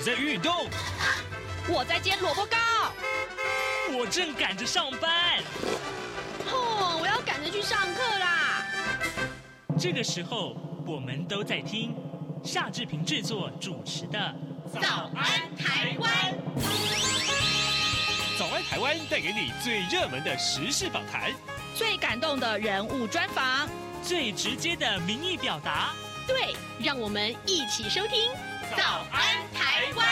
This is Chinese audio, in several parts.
在运动， 我在煎萝卜糕， 我正赶着上班。 我要赶着去上课啦。 这个时候，我们都在听夏志平制作主持的《 早安台湾》。 早安台湾带给你最热门的时事访谈， 最感动的人物专访， 最直接的民意表达。 对，让我们一起收听《早安台湾》。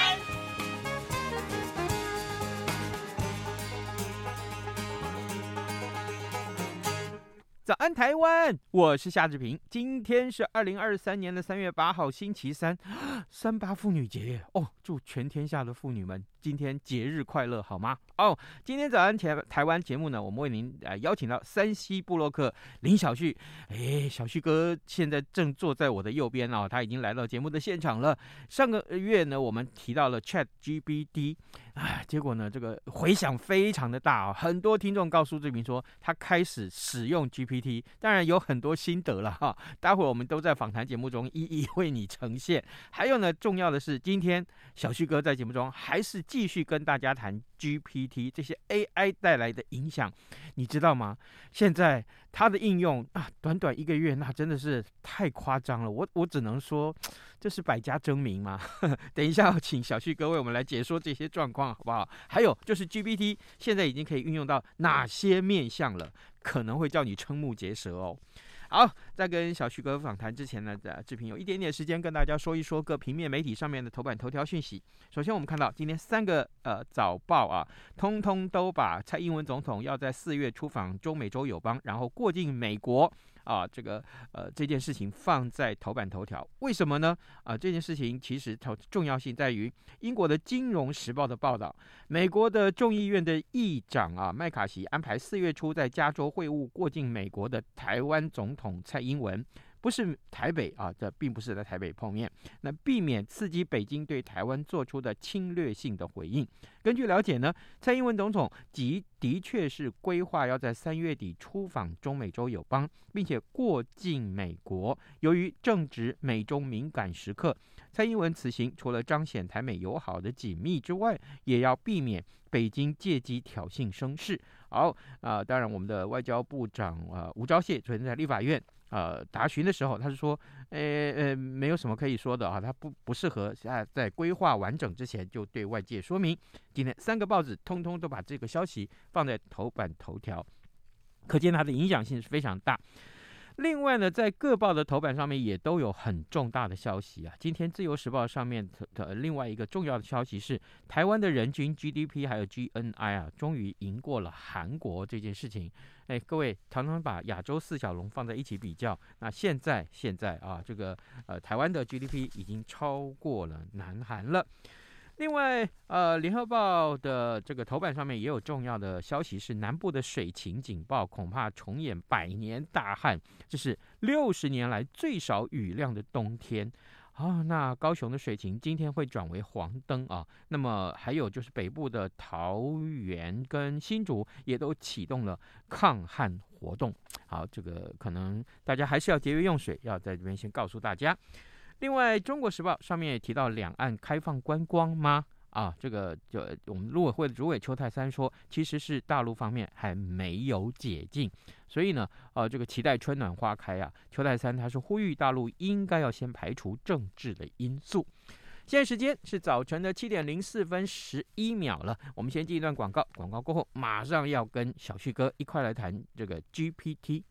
早安台湾，我是夏志平。今天是2023年3月8号星期三，38妇女节哦！祝全天下的妇女们今天节日快乐，好吗？今天早安台湾节目呢，我们为您邀请到山西部落客林小旭。小旭哥现在正坐在我的右边他已经来到节目的现场了。上个月呢，我们提到了 ChatGPT， 结果呢，这个回响非常的大很多听众告诉志平说，他开始使用 GPT， 当然有很多心得了待会儿我们都在访谈节目中一一为你呈现。还有呢，重要的是今天小旭哥在节目中还是继续跟大家谈 GPT 这些 AI 带来的影响，你知道吗？现在它的应用短短1个月，那真的是太夸张了。我只能说，这是百家争鸣嘛。等一下要请小旭哥为我们来解说这些状况，好不好？还有就是 GPT 现在已经可以运用到哪些面向了，可能会叫你瞠目结舌哦。好，在跟小旭哥访谈之前呢，志平有一点点时间跟大家说一说各平面媒体上面的头版头条讯息。首先我们看到今天3个早报通通都把蔡英文总统要在4月出访中美洲友邦，然后过境美国这件事情放在头版头条。为什么呢？这件事情其实重要性在于英国的《金融时报》的报道，美国的众议院的议长麦卡锡安排4月初在加州会晤过境美国的台湾总统蔡英文。不是台北这并不是在台北碰面，那避免刺激北京对台湾做出的侵略性的回应。根据了解呢，蔡英文总统的确是规划要在3月底出访中美洲友邦，并且过境美国。由于正值美中敏感时刻，蔡英文此行除了彰显台美友好的紧密之外，也要避免北京借机挑衅声势。当然我们的外交部长吴钊燮昨天在立法院答询的时候，他是说没有什么可以说的他不适合在规划完整之前就对外界说明。今天3个报纸通通都把这个消息放在头版头条，可见它的影响性是非常大。另外呢，在各报的头版上面也都有很重大的消息今天自由时报上面的另外一个重要的消息是，台湾的人均 GDP 还有 GNI 终于赢过了韩国这件事情。各位常常把亚洲4小龙放在一起比较，那现在这个台湾的 GDP 已经超过了南韩了。另外联合报的这个头版上面也有重要的消息，是南部的水情警报恐怕重演100年大旱，这是60年来最少雨量的冬天那高雄的水情今天会转为黄灯那么还有就是北部的桃园跟新竹也都启动了抗旱活动。好，这个可能大家还是要节约用水，要在这边先告诉大家。另外，《中国时报》上面也提到两岸开放观光吗？这个就我们陆委会的主委邱泰三说，其实是大陆方面还没有解禁，所以呢，这个期待春暖花开邱泰三他是呼吁大陆应该要先排除政治的因素。现在时间是早晨的7点04分11秒了，我们先进一段广告，广告过后马上要跟小旭哥一块来谈这个 GPT。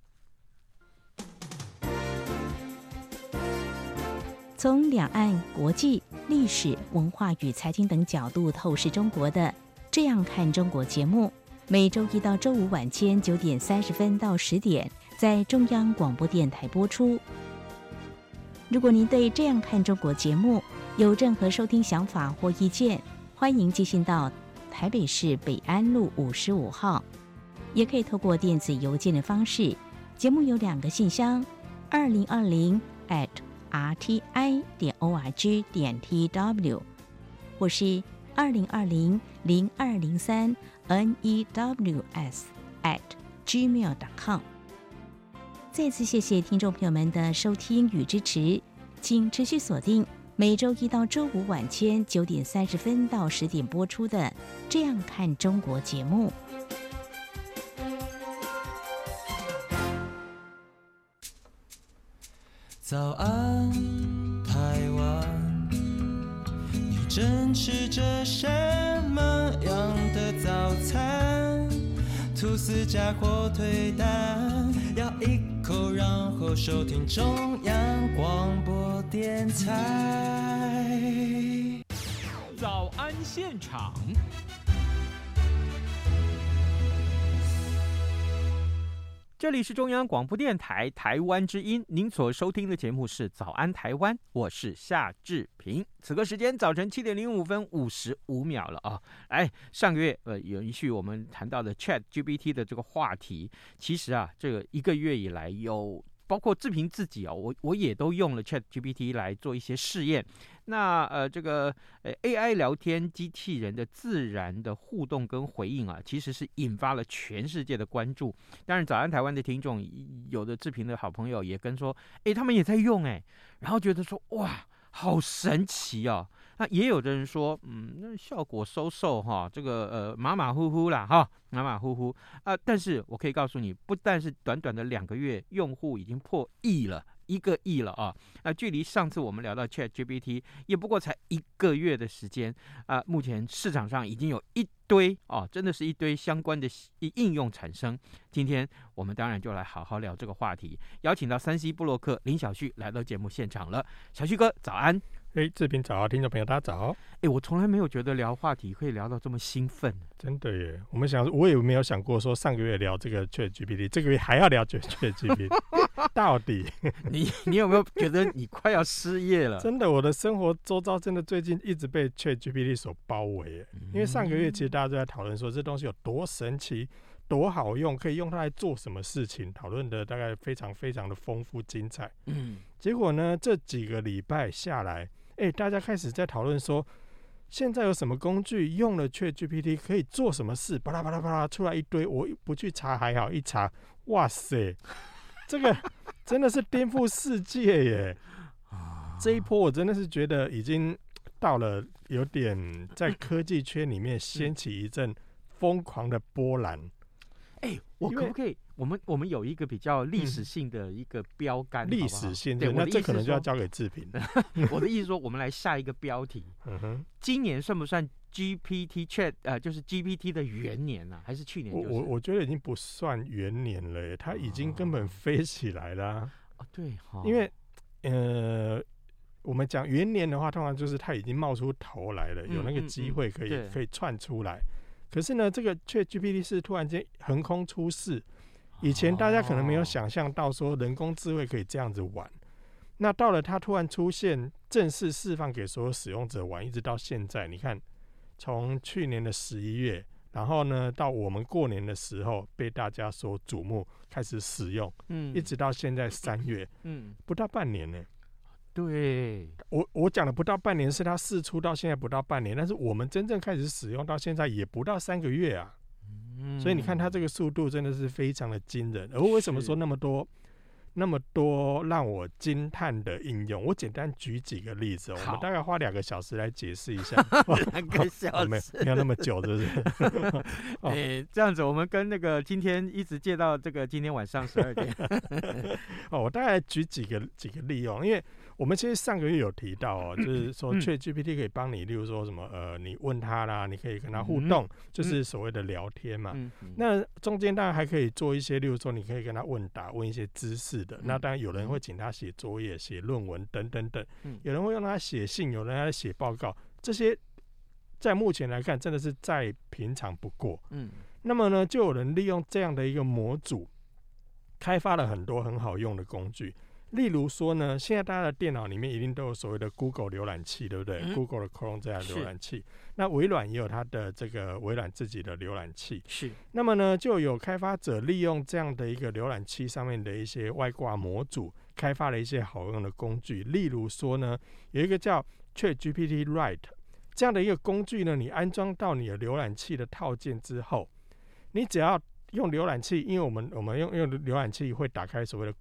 从两岸、国际、历史、文化与财经等角度透视中国的《这样看中国》节目，每周一到周五晚间9点30分到10点在中央广播电台播出。如果您对《这样看中国》节目有任何收听想法或意见，欢迎寄信到台北市北安路55号，也可以透过电子邮件的方式。节目有2个信箱2020@rti.org.tw 或是2020-0203-news@gmail.com。 再次谢谢听众朋友们的收听与支持，请持续锁定每周一到周五晚间9点30分到10点播出的《这样看中国》节目。 早安，台湾，你正吃着什么样的早餐？吐司加火腿蛋，咬一口，然后收听中央广播电台。 早安现场。这里是中央广播电台台湾之音，您所收听的节目是早安台湾，我是夏志平。此刻时间早晨7点05分55秒了啊！哎，上个月有一续我们谈到的 ChatGPT 的这个话题，其实啊，这个1个月以来有包括志平自己我也都用了 ChatGPT 来做一些试验。那这个AI 聊天机器人的自然的互动跟回应啊，其实是引发了全世界的关注。当然，早安台湾的听众，有的志平的好朋友也跟说，他们也在用然后觉得说哇，好神奇哦。那也有的人说，那效果收哈，这个马马虎虎啦哈，马马虎虎啊。但是我可以告诉你，不但是短短的2个月，用户已经破1个亿了啊！那距离上次我们聊到 ChatGPT 也不过才1个月的时间啊。目前市场上已经有一堆真的是一堆相关的应用产生。今天我们当然就来好好聊这个话题，邀请到3C 部落客林小旭来到节目现场了。小旭哥，早安！ 志平早，听众朋友大家早。 我从来没有觉得聊话题可以聊到这么兴奋， 真的耶！我也没有想过说上个月聊这个 ChatGPT， 这个月还要聊 ChatGPT， 到底你有没有觉得你快要失业了？ 真的，我的生活周遭真的最近一直被 ChatGPT 所包围耶。因为上个月其实大家都在讨论说这东西有多神奇、多好用，可以用它来做什么事情，讨论的大概非常非常的丰富精彩。结果呢，这几个礼拜下来，大家开始在讨论说，现在有什么工具用了 ChatGPT 可以做什么事，巴拉巴拉巴拉出来一堆，我不去查还好，一查，哇塞，这个真的是颠覆世界耶！这一波我真的是觉得已经到了有点在科技圈里面掀起一阵疯狂的波澜。 我可不可以？我们有一个比较历史性的一个标杆， 历史性对， 那这可能就要交给志平。 我的意思说，我们来下一个标题。今年算不算 GPT Chat 就是 GPT 的元年啊？还是去年？ 我觉得已经不算元年了耶，它已经根本飞起来了。 对， 因为我们讲元年的话，通常就是它已经冒出头来了，有那个机会可以窜出来。可是呢，这个 ChatGPT 是突然间横空出世，以前大家可能没有想象到说人工智慧可以这样子玩。那到了它突然出现，正式释放给所有使用者玩，一直到现在，你看，从去年的11月，然后呢，到我们过年的时候被大家所瞩目，开始使用，一直到现在3月，不到半年呢。 对， 我讲的不到半年是它释出到现在不到半年，但是我们真正开始使用到现在也不到3个月啊。所以你看它这个速度真的是非常的惊人。而为什么说那么多让我惊叹的应用？我简单举几个例子，我们大概花2个小时来解释一下。 2个小时没有那么久，是不是？ 这样子，我们跟那个今天一直借到这个今天晚上12点。 我大概举几个利用，因为我们其实上个月有提到就是说 ChatGPT 可以帮你，例如说什么你问他啦，你可以跟他互动，就是所谓的聊天嘛。那中间当然还可以做一些，例如说你可以跟他问答，问一些知识的。那当然有人会请他写作业、写论文等等等，有人会让他写信，有人让他写报告，这些在目前来看真的是再平常不过。那么呢，就有人利用这样的一个模组，开发了很多很好用的工具。例如说呢，现在大家的电脑里面一定都有所谓的 Google 浏览器，对不对？Google 的 Chrome 这样的浏览器，那微软也有它的这个微软自己的浏览器。 是。那么呢，就有开发者利用这样的一个浏览器上面的一些外挂模组，开发了一些好用的工具。例如说呢，有一个叫 ChatGPT Write 这样的一个工具呢，你安装到你的浏览器的套件之后，你只要用浏览器，因为我们用浏览器会打开所谓的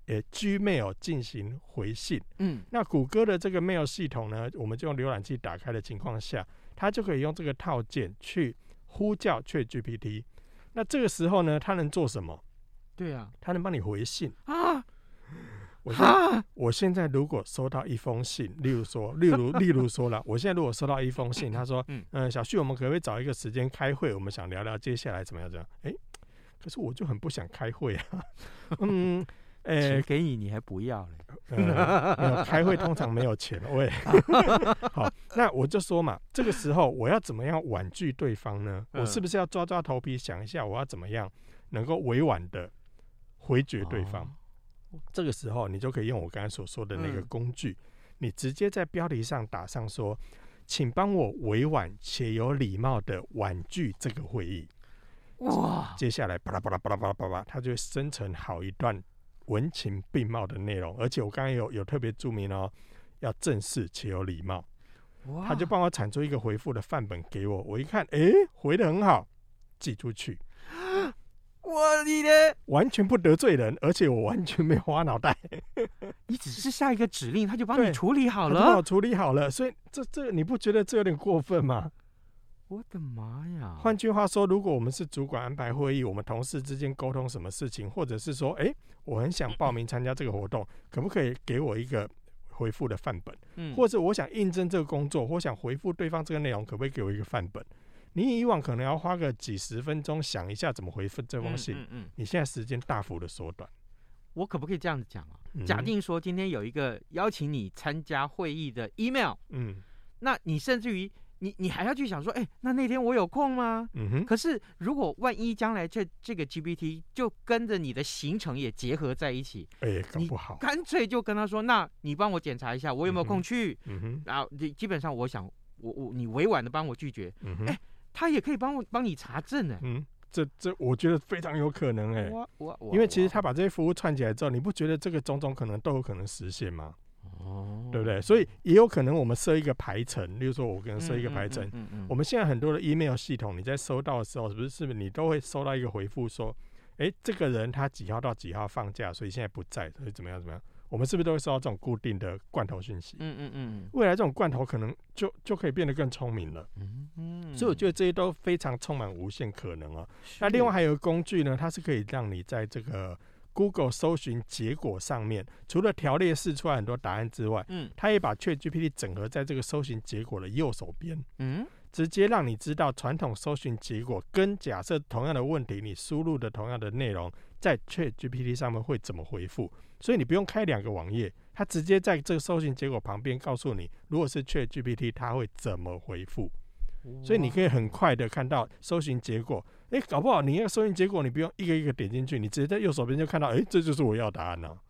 Gmail 进行回信。那谷歌的这个 Mail 系统呢，我们就用浏览器打开的情况下，它就可以用这个套件去呼叫 ChatGPT。那这个时候呢，它能做什么？ 对啊， 它能帮你回信啊。 我现在如果收到一封信，例如说了，我现在如果收到一封信，他说，小旭，我们可不可以找一个时间开会？我们想聊聊接下来怎么样？可是我就很不想开会啊。 钱给你还不要嘞？ 开会通常没有钱喂。好，那我就说嘛，这个时候我要怎么样婉拒对方呢？我是不是要抓抓头皮想一下，我要怎么样能够委婉的回绝对方？这个时候你就可以用我刚才所说的那个工具，你直接在标题上打上说，请帮我委婉且有礼貌的婉拒这个会议。哇！接下来巴拉巴拉巴拉巴拉巴拉，它就会生成好一段文情并茂的内容，而且我刚刚有特别注明哦，要正式且有礼貌。他就帮我产出一个回复的范本给我，我一看，回得很好，寄出去。你的完全不得罪人，而且我完全没有花脑袋。 你只是下一个指令，他就帮你处理好了。 他帮我处理好了，所以这你不觉得这有点过分吗？ 我的妈呀！ 换句话说，如果我们是主管安排会议，我们同事之间沟通什么事情，或者是说，我很想报名参加这个活动，可不可以给我一个回复的范本？或者我想应征这个工作，我想回复对方这个内容，可不可以给我一个范本？你以往可能要花个几十分钟想一下怎么回复这封信，你现在时间大幅的缩短。 我可不可以这样子讲啊？假定说今天有一个邀请你参加会议的 email，那你甚至于你还要去想说，那天我有空吗？可是如果万一将来这个 GPT 就跟着你的行程也结合在一起， 搞不好干脆就跟他说，那你帮我检查一下我有没有空去，然后基本上我想你委婉的帮我拒绝，他也可以帮你查证呢。 这我觉得非常有可能因为其实他把这些服务串起来之后，你不觉得这个种种可能都有可能实现吗？对不对？所以也有可能我们设一个排程，例如说我可能设一个排程，我们现在很多的 email 系统，你在收到的时候，是不是你都会收到一个回复说，这个人他几号到几号放假，所以现在不在，所以怎么样？我们是不是都会收到这种固定的罐头讯息？未来这种罐头可能就可以变得更聪明了。所以我觉得这些都非常充满无限可能哦。那另外还有一个工具呢，它是可以让你在这个 Google 搜寻结果上面，除了条列式出来很多答案之外，它也把 ChatGPT 整合在这个搜寻结果的右手边，直接让你知道传统搜寻结果跟假设同样的问题，你输入的同样的内容，在 ChatGPT 上面会怎么回复。所以你不用开2个网页，它直接在这个搜寻结果旁边告诉你，如果是 ChatGPT 它会怎么回复。所以你可以很快的看到搜寻结果。搞不好你那个搜寻结果你不用一个一个点进去，你直接在右手边就看到，这就是我要的答案了。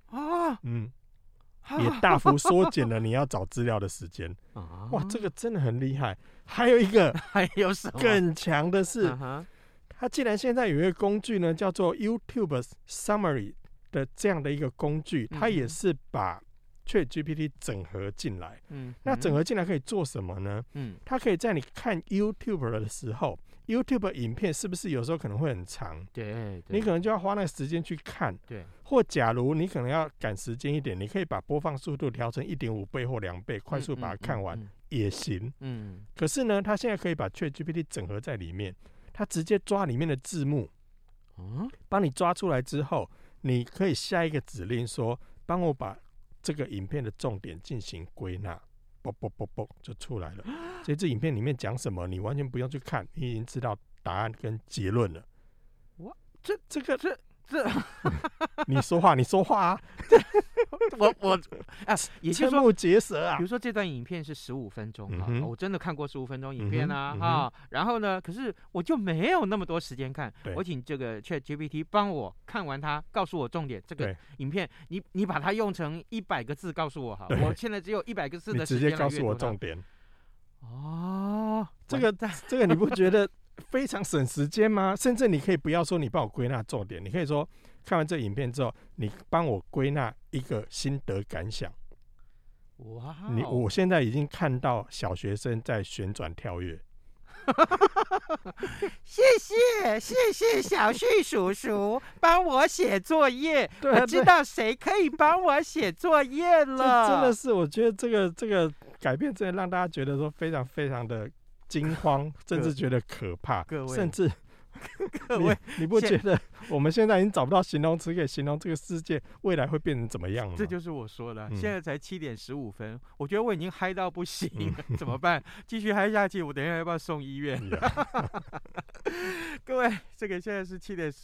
也大幅缩减了你要找资料的时间。哇，这个真的很厉害。还有一个还有什么更强的是，它既然现在有一个工具呢，叫做 YouTube Summary 的这样的一个工具，它也是把 ChatGPT 整合进来。那整合进来可以做什么呢？它可以在你看 YouTube 的时候，YouTube 影片是不是有时候可能会很长？ 对， 你可能就要花那个时间去看。 对， 或假如你可能要赶时间一点，你可以把播放速度调成1.5倍或2倍，快速把它看完也行。可是呢，它现在可以把 ChatGPT 整合在里面，它直接抓里面的字幕，帮你抓出来之后，你可以下一个指令说，帮我把这个影片的重点进行归纳，就出来了。所以这影片里面讲什么，你完全不用去看，你已经知道答案跟结论了。这你说话啊！也就是说，结舌啊。 比如说这段影片是15分钟我真的看过15分钟影片啊，然后呢，可是我就没有那么多时间看，我请这个 ChatGPT 帮我看完它，告诉我重点。这个影片你把它用成100个字告诉我我现在只有100个字的时间来阅读它， 你直接告诉我重点。这个你不觉得非常省时间吗？甚至你可以不要说你帮我归纳重点，你可以说看完这影片之后，你帮我归纳一个心得感想。我现在已经看到小学生在旋转跳跃。 谢谢小旭叔叔帮我写作业， 对我知道谁可以帮我写作业了。 真的是，我觉得这个改变真的让大家觉得说非常非常的惊慌，甚至觉得可怕，甚至。 各位， 你不觉得我们现在已经找不到形容词可以形容这个世界未来会变成怎么样了吗？ 这就是我说的，现在才7:15，我觉得我已经嗨到不行了，怎么办？继续嗨下去，我等一下要不要送医院？各位，这个现在是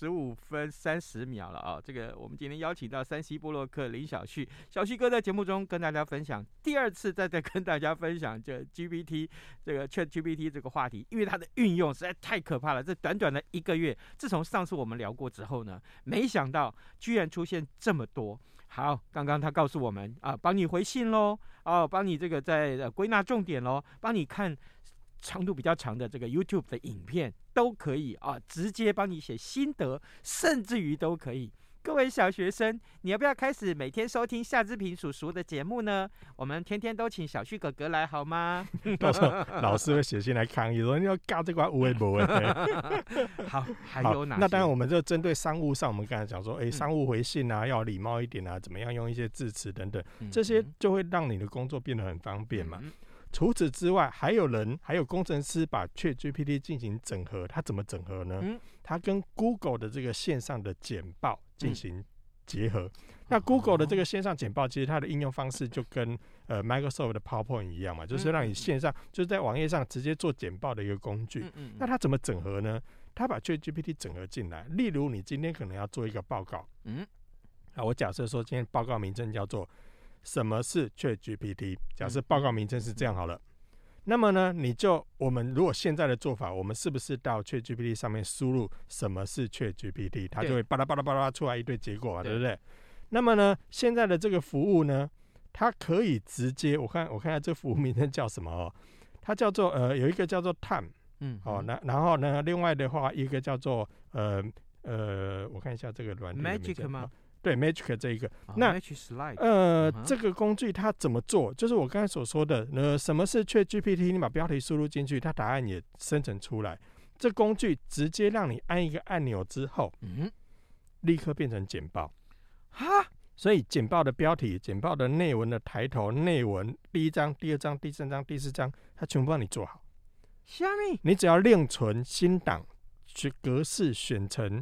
7:15:30了啊！这个我们今天邀请到3C 部落客林小旭，小旭哥在节目中跟大家分享，第二次再跟大家分享这 GPT 这个 ChatGPT 这个话题，因为它的运用实在太可怕了，这短短的1个月，自从上次我们聊过之后呢，没想到居然出现这么多。好，刚刚他告诉我们啊，帮你回信咯，帮你这个在归纳重点咯，帮你看长度比较长的这个 YouTube 的影片都可以啊，直接帮你写心得，甚至于都可以。各位小学生，你要不要开始每天收听夏志平叔叔的节目呢？我们天天都请小旭哥哥来好吗？ 到时候老师会写信来抗议说你要搞这块有的没的。 好，还有哪些？ 那当然，我们就针对商务上，我们刚才讲说，商务回信啊，要礼貌一点啊，怎么样用一些字词等等，这些就会让你的工作变得很方便嘛。除此之外，还有工程师把 ChatGPT 进行整合，他怎么整合呢？他跟 Google 的这个线上的简报进行结合。那 Google 的这个线上简报，其实它的应用方式就跟Microsoft 的 PowerPoint 一样嘛，就是让你线上就是在网页上直接做简报的一个工具。那它怎么整合呢？它把 ChatGPT 整合进来。例如，你今天可能要做一个报告，我假设说今天报告名称叫做什么是 ChatGPT？ 假设报告名称是这样好了，那么呢，我们如果现在的做法，我们是不是到 ChatGPT 上面输入什么是 ChatGPT， 它就会巴拉巴拉巴拉出来一堆结果嘛，对不对？那么呢，现在的这个服务呢，它可以直接我看一下这服务名称叫什么哦，它叫做有一个叫做 Time， 然后呢，另外的话一个叫做我看一下这个软件 Magic 吗？ 对 ，Magic 这一个，那这个工具它怎么做？就是我刚才所说的，什么是 ChatGPT？ 你把标题输入进去，它答案也生成出来。这工具直接让你按一个按钮之后，立刻变成简报。所以简报的标题、简报的内文的抬头、内文、第1章、第2章、第3章、第4章，它全部帮你做好。你只要另存新档，格式选成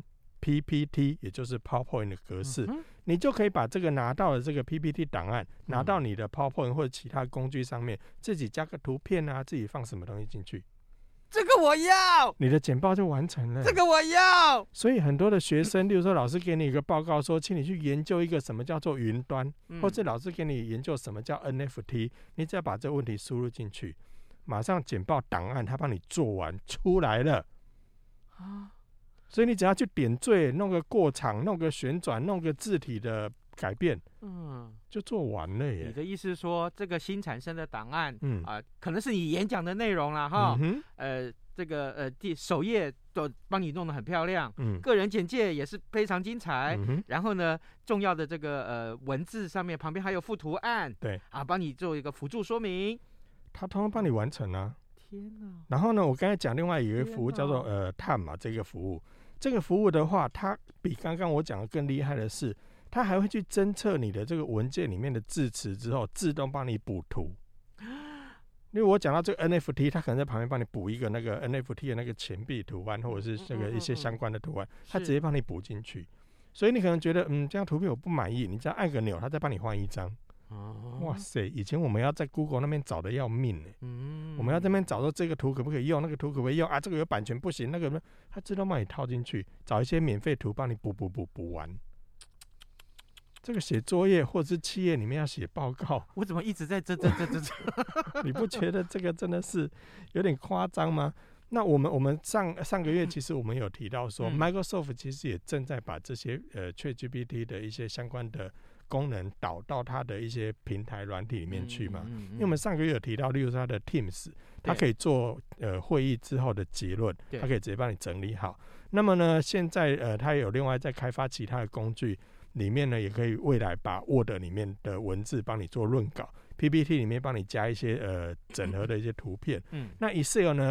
PPT， 也就是 PowerPoint 的格式，你就可以把这个拿到的这个 PPT 档案拿到你的 PowerPoint 或者其他工具上面，自己加个图片啊，自己放什么东西进去。 这个我要， 你的简报就完成了。 这个我要。所以很多的学生，例如说老师给你一个报告说，请你去研究一个什么叫做云端，或者老师给你研究什么叫 NFT， 你只要把这个问题输入进去，马上简报档案他帮你做完出来了。所以你只要去点缀，弄个过场，弄个旋转，弄个字体的改变，就做完了耶。 你的意思是说，这个新产生的档案，可能是你演讲的内容啦，哈，这个首页都帮你弄得很漂亮，个人简介也是非常精彩，然后呢，重要的这个文字上面旁边还有附图案， 对啊，帮你做一个辅助说明， 他通通帮你完成啊。 天哪！ 然后呢，我刚才讲另外一个服务叫做TAM 嘛，这个服务。这个服务的话，它比刚刚我讲的更厉害的是，它还会去侦测你的这个文件里面的字词之后，自动帮你补图。因为我讲到这个 NFT， 它可能在旁边帮你补一个那个 NFT 的那个钱币图案，或者是这个一些相关的图案，它直接帮你补进去。所以你可能觉得，这样图片我不满意，你只要按个钮，它再帮你换一张。哇塞！以前我们要在 Google 那边找的要命呢，我们要在那边找说这个图可不可以用，那个图可不可以用啊？这个有版权不行，那个它自动帮你套进去，找一些免费图帮你补完。这个写作业或者是企业里面要写报告， 我怎么一直在这？ 你不觉得这个真的是有点夸张吗？那我们上个月其实我们有提到说，Microsoft 其实也正在把这些ChatGPT 的一些相关的功能导到它的一些平台软体里面去嘛，因为我们上个月有提到，例如说它的 Teams， 它可以做会议之后的结论，它可以直接帮你整理好。那么呢，现在它有另外在开发其他的工具，里面呢也可以未来把 Word 里面的文字帮你做论稿，PPT 里面帮你加一些整合的一些图片。那 Excel 呢，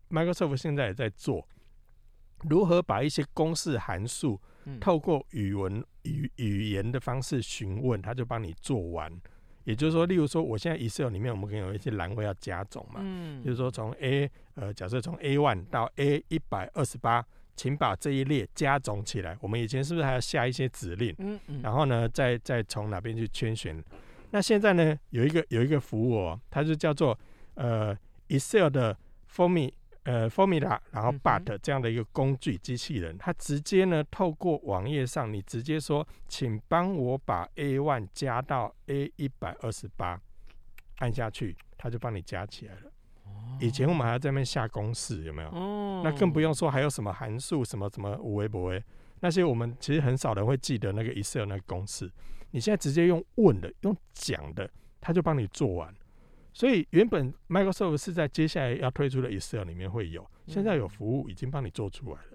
Microsoft 现在也在做，如何把一些公式函数透过语言的方式询问，它就帮你做完。也就是说，例如说，我现在 Excel 里面我们可能有一些栏位要加总嘛，就是说从假设从 A1 到 A128，请把这一列加总起来。我们以前是不是还要下一些指令？然后呢，再从哪边去圈选？那现在呢，有一个服务哦，它就叫做Excel 的 Formula， 然后 But 这样的一个工具机器人，它直接呢透过网页上，你直接说，请帮我把 A1 加到 A128， 按下去，它就帮你加起来了。以前我们还要在那边下公式，有没有？那更不用说还有什么函数什么有的没的，那些我们其实很少人会记得那个 Excel 那个公式。你现在直接用问的，用讲的，它就帮你做完。所以原本 Microsoft 是在接下来要推出的 Excel 里面会有，现在有服务已经帮你做出来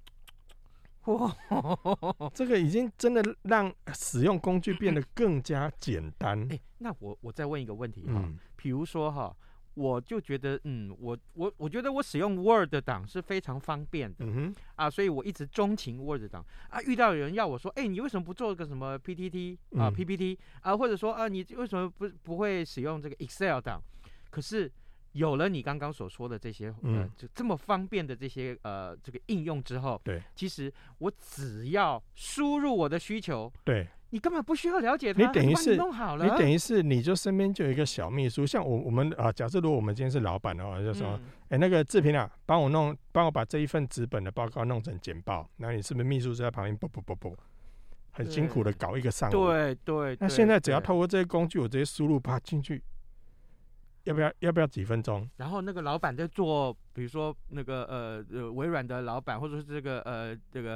了。这个已经真的让使用工具变得更加简单。 那我再问一个问题哈，比如说哈，我就觉得我觉得我使用 Word 档是非常方便的，所以我一直钟情 Word 档啊。遇到有人要我说，你为什么不做个什么 PPT 啊，或者说你为什么不会使用这个 Excel 档？可是有了你刚刚所说的这些就这么方便的这些这个应用之后， 对， 其实我只要输入我的需求， 对。 你根本不需要了解它， 你等于是弄好了。 你等于是你就身边就有一个小秘书，像我们假设如果我们今天是老板的话，就说，那个志平啊，帮我把这一份纸本的报告弄成简报，然后你是不是秘书就在旁边不，很辛苦的搞一个上午？ 对。 那现在只要透过这些工具，我直接输入啪进去，要不要几分钟？ 然后那个老板在做，比如说那个微软的老板，或者是这个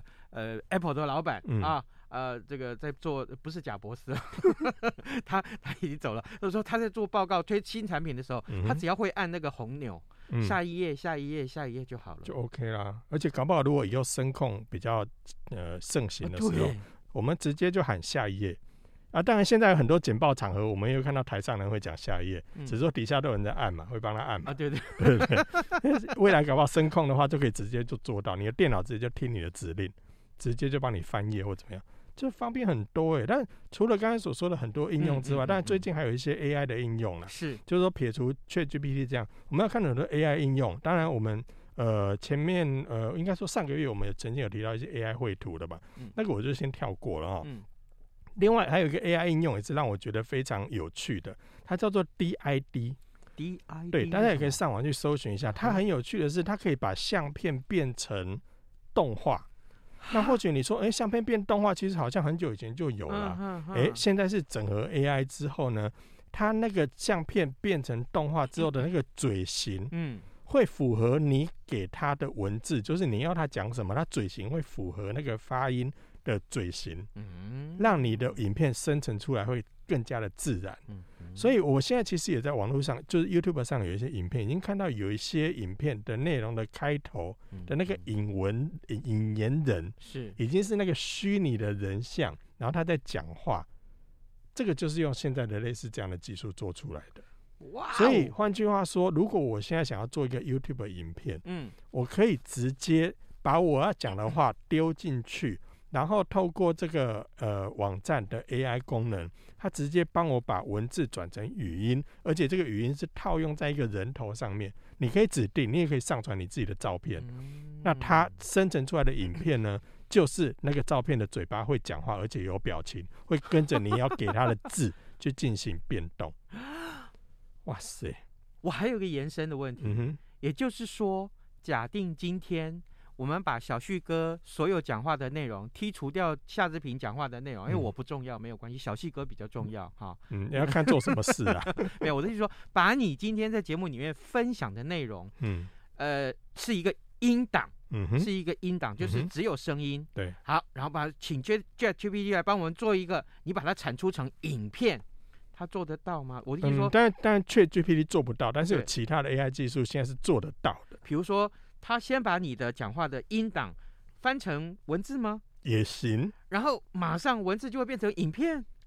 Apple 的老板这个在做，不是贾博士，他已经走了。就是说他在做报告推新产品的时候，他只要会按那个红钮，下一页就好了， 就 OK 啦。而且搞不好如果以后声控比较盛行的时候，我们直接就喊下一页。当然现在有很多简报场合，我们也有看到台上人会讲下一页，只是说底下都有人在按嘛，会帮他按嘛。对。未来搞不好声控的话，就可以直接就做到，你的电脑直接就听你的指令，直接就帮你翻页或怎么样，就方便很多。但除了刚才所说的很多应用之外，当然最近还有一些 AI 的应用啦，是，就是说撇除 ChatGPT 这样，我们要看很多 AI 应用。当然我们前面应该说上个月我们曾经有提到一些 AI 绘图的吧，那个我就先跳过了另外还有一个 AI 应用也是让我觉得非常有趣的，它叫做 DID。对，大家也可以上网去搜寻一下。它很有趣的是，它可以把相片变成动画。那或许你说，相片变动画，其实好像很久以前就有了。现在是整合 AI 之后呢，它那个相片变成动画之后的那个嘴型，会符合你给它的文字，就是你要它讲什么，它嘴型会符合那个发音的嘴型，让你的影片生成出来会更加的自然。所以我现在其实也在网络上，就是 YouTube 上有一些影片，已经看到有一些影片的内容的开头的那个引言人，已经是那个虚拟的人像，然后他在讲话，这个就是用现在的类似这样的技术做出来的。所以换句话说，如果我现在想要做一个 YouTube 影片，我可以直接把我要讲的话丢进去，然后透过这个网站的 AI 功能，它直接帮我把文字转成语音，而且这个语音是套用在一个人头上面。你可以指定，你也可以上传你自己的照片，那它生成出来的影片呢，就是那个照片的嘴巴会讲话，而且有表情，会跟着你要给它的字去进行变动。哇塞！ 我还有一个延伸的问题，也就是说，假定今天我们把小旭哥所有讲话的内容剔除掉夏志平讲话的内容，因为我不重要，没有关系，小旭哥比较重要哈。 你要看做什么事啊？ 没有，我的意思说，把你今天在节目里面分享的内容，是一个音档，是一个音档，就是只有声音。对，好，然后请 ChatGPT 来帮我们做一个，你把它产出成影片。他做得到吗？我的意思说， 但 ChatGPT 做不到，但是有其他的 AI 技术现在是做得到的。 比如说，他先把你的讲话的音档翻成文字吗？ 也行。 然后马上文字就会变成影片？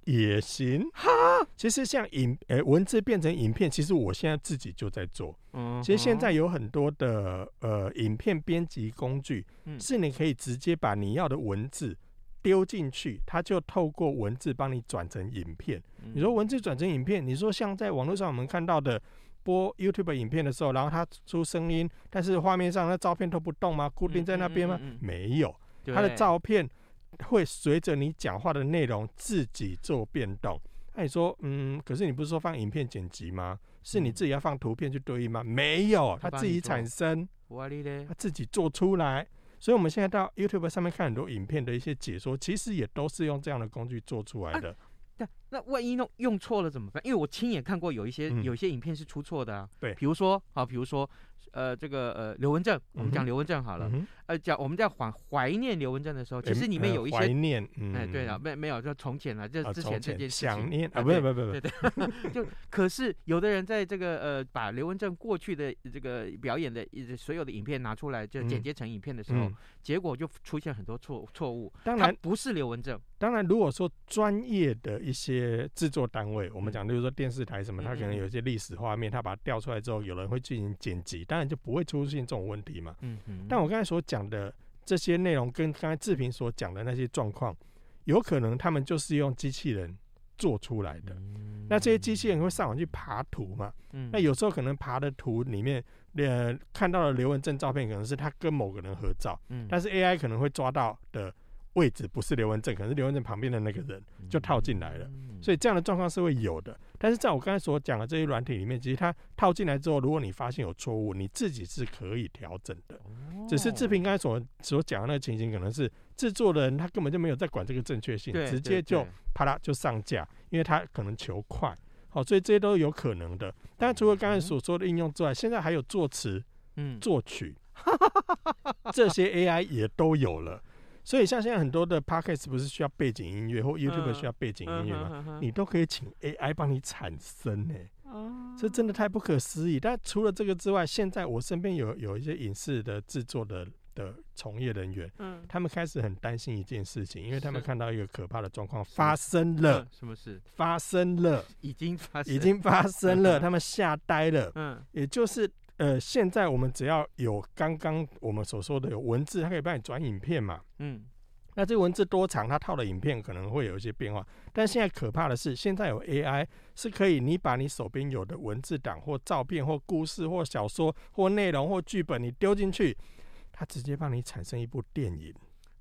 也行。其实像文字变成影片，其实我现在自己就在做。其实现在有很多的影片编辑工具，是你可以直接把你要的文字丢进去，它就透过文字帮你转成影片。你说文字转成影片，你说像在网络上我们看到的播 YouTube 影片的时候，然后它出声音，但是画面上那照片都不动吗？固定在那边吗？没有，它的照片会随着你讲话的内容自己做变动。那你说，可是你不是说放影片剪辑吗？是你自己要放图片去对应吗？没有，它自己产生，它自己做出来。所以我们现在到 YouTube 上面看很多影片的一些解说，其实也都是用这样的工具做出来的。 那万一用错了怎么办？因为我亲眼看过有一些影片是出错的啊。对，比如说这个刘文正，我们讲刘文正好了。我们在怀念刘文正的时候，其实里面有一些怀念， 对了，没有就从前了，就之前这件事情想念啊，不，对， 就可是有的人在这个把刘文正过去的这个表演的所有的影片拿出来，就剪接成影片的时候，结果就出现很多错误。当然不是刘文正。 当然，如果说专业的一些制作单位，我们讲，例如说电视台什么，它可能有一些历史画面，它把它调出来之后，有人会进行剪辑，当然就不会出现这种问题嘛。但我刚才所讲的这些内容，跟刚才志平所讲的那些状况，有可能他们就是用机器人做出来的。那这些机器人会上网去爬图嘛？那有时候可能爬的图里面，看到的刘文正照片可能是他跟某个人合照，但是 AI 可能会抓到的位置不是刘文正，可能是刘文正旁边的那个人就套进来了，所以这样的状况是会有的。但是在我刚才所讲的这些软体里面，其实它套进来之后，如果你发现有错误，你自己是可以调整的。只是志平刚才所讲的那个情形，可能是制作人他根本就没有在管这个正确性，直接就啪啦就上架，因为他可能求快，所以这些都有可能的。但除了刚才所说的应用之外，现在还有作词、作曲，这些 AI 也都有了。所以像现在很多的 Podcast 不是需要背景音乐，或 YouTube 需要背景音乐吗？你都可以请 AI 帮你产生这真的太不可思议。但除了这个之外，现在我身边有一些影视的制作的从业人员，他们开始很担心一件事情，因为他们看到一个可怕的状况发生了。 什么事？ 发生了， 已经发生了，他们吓呆了。也就是现在我们只要有刚刚我们所说的有文字，它可以帮你转影片嘛。那这个文字多长，它套的影片可能会有一些变化。但现在可怕的是，现在有 AI 是可以，你把你手边有的文字档或照片或故事或小说或内容或剧本，你丢进去，它直接帮你产生一部电影。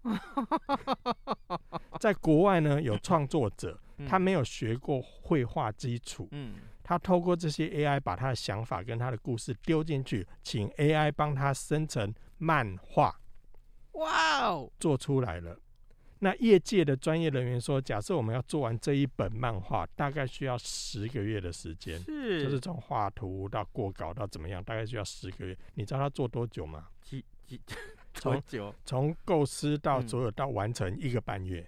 在国外呢，有创作者，他没有学过绘画基础，他透过这些 AI 把他的想法跟他的故事丢进去，请 AI 帮他生成漫画，哇哦，做出来了。那业界的专业人员说，假设我们要做完这一本漫画，大概需要10个月的时间，就是从画图到过稿到怎么样，大概需要10个月。你知道他做多久吗？ 多久？ 从构思到所有到完成1个半月。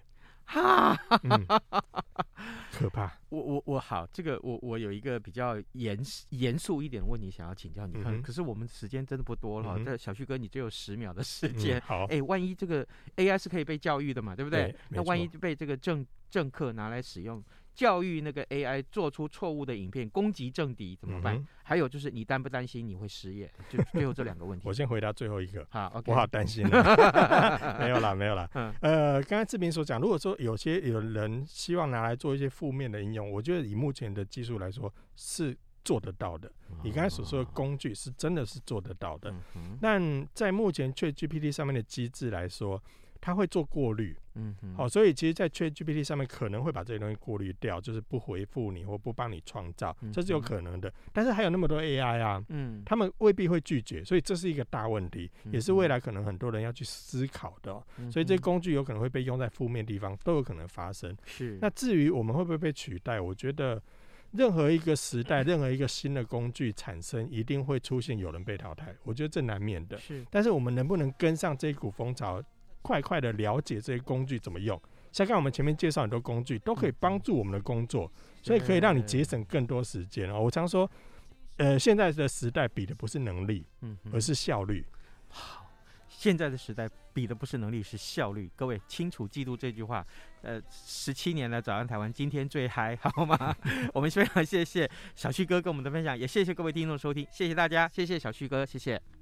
可怕。 我好，这个我有一个比较严肃一点的问题想要请教你，可是我们时间真的不多了。这小旭哥，你只有10秒的时间。 好， 万一这个 AI 是可以被教育的嘛，对不对？那万一被这个政客拿来使用，教育那个 AI 做出错误的影片，攻击政敌怎么办？还有就是你担不担心你会失业？就最后这2个问题。 我先回答最后一个。 好 ，OK， 我好担心。没有啦。刚才志平所讲，如果说有人希望拿来做一些负面的应用，我觉得以目前的技术来说是做得到的。你刚才所说的工具是真的是做得到的。但在目前 ChatGPT 上面的机制来说，它会做过滤。所以其实在 ChatGPT 上面可能会把这些东西过滤掉，就是不回复你或不帮你创造，这是有可能的。但是还有那么多 AI 啊，他们未必会拒绝，所以这是一个大问题，也是未来可能很多人要去思考的。所以这些工具有可能会被用在负面地方，都有可能发生。那至于我们会不会被取代，我觉得任何一个时代，任何一个新的工具产生，一定会出现有人被淘汰，我觉得这难免的。但是我们能不能跟上这一股风潮，快的了解这些工具怎么用？像刚我们前面介绍很多工具，都可以帮助我们的工作，所以可以让你节省更多时间。我常说，现在的时代比的不是能力，而是效率。 现在的时代比的不是能力，是效率。各位清楚记住这句话。17年了，早安台湾，今天最嗨，好吗？我们非常谢谢小旭哥跟我们的分享，也谢谢各位听众收听，谢谢大家，谢谢小旭哥，谢谢。